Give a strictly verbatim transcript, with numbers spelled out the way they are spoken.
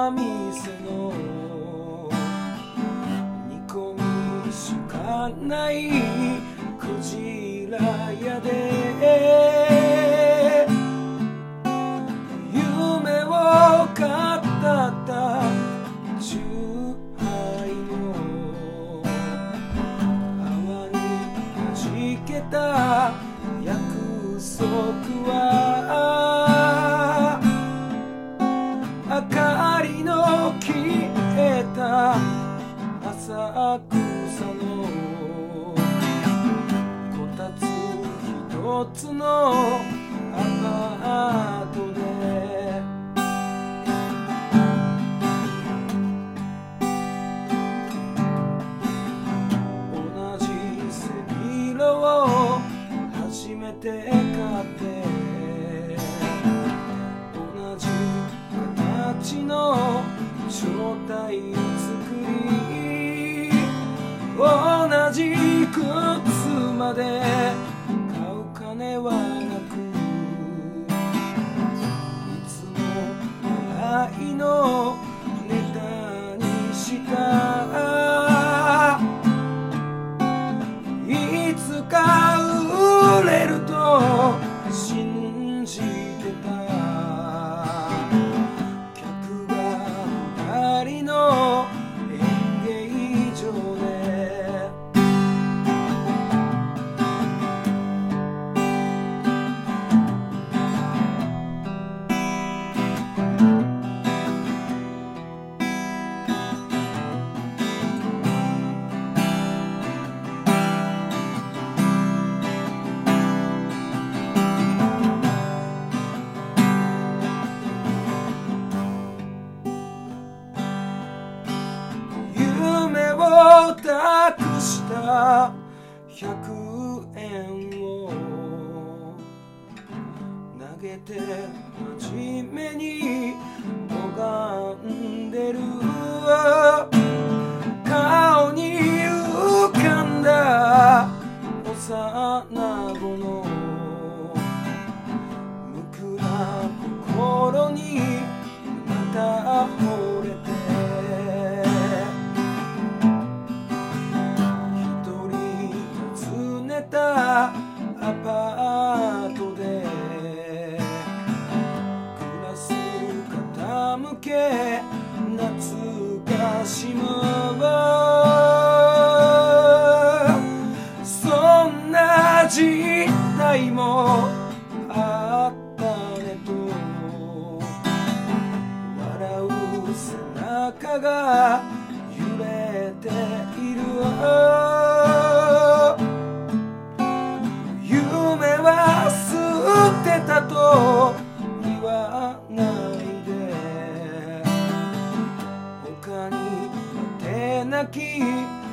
な店の煮込みしかないクジラ屋で夢を語ったチューハイの泡にはじけた約束は明かりの消えた浅草のこたつ一つのアパートで同じ背広を初めて買って同じ形の正体を作り同じ靴まで買う金はなくいつも笑いのネタにしたいつか売れると信じてた客が二人の演芸場で夢を託したひゃくえんを投げて真面目に拝んでる顔に浮かんだ幼子の無垢な心にまた惚れてアパートでグラス傾け懐かしむそんな時代もあったねと笑う背中が揺れている夢は捨てたと言わないで他に果てなき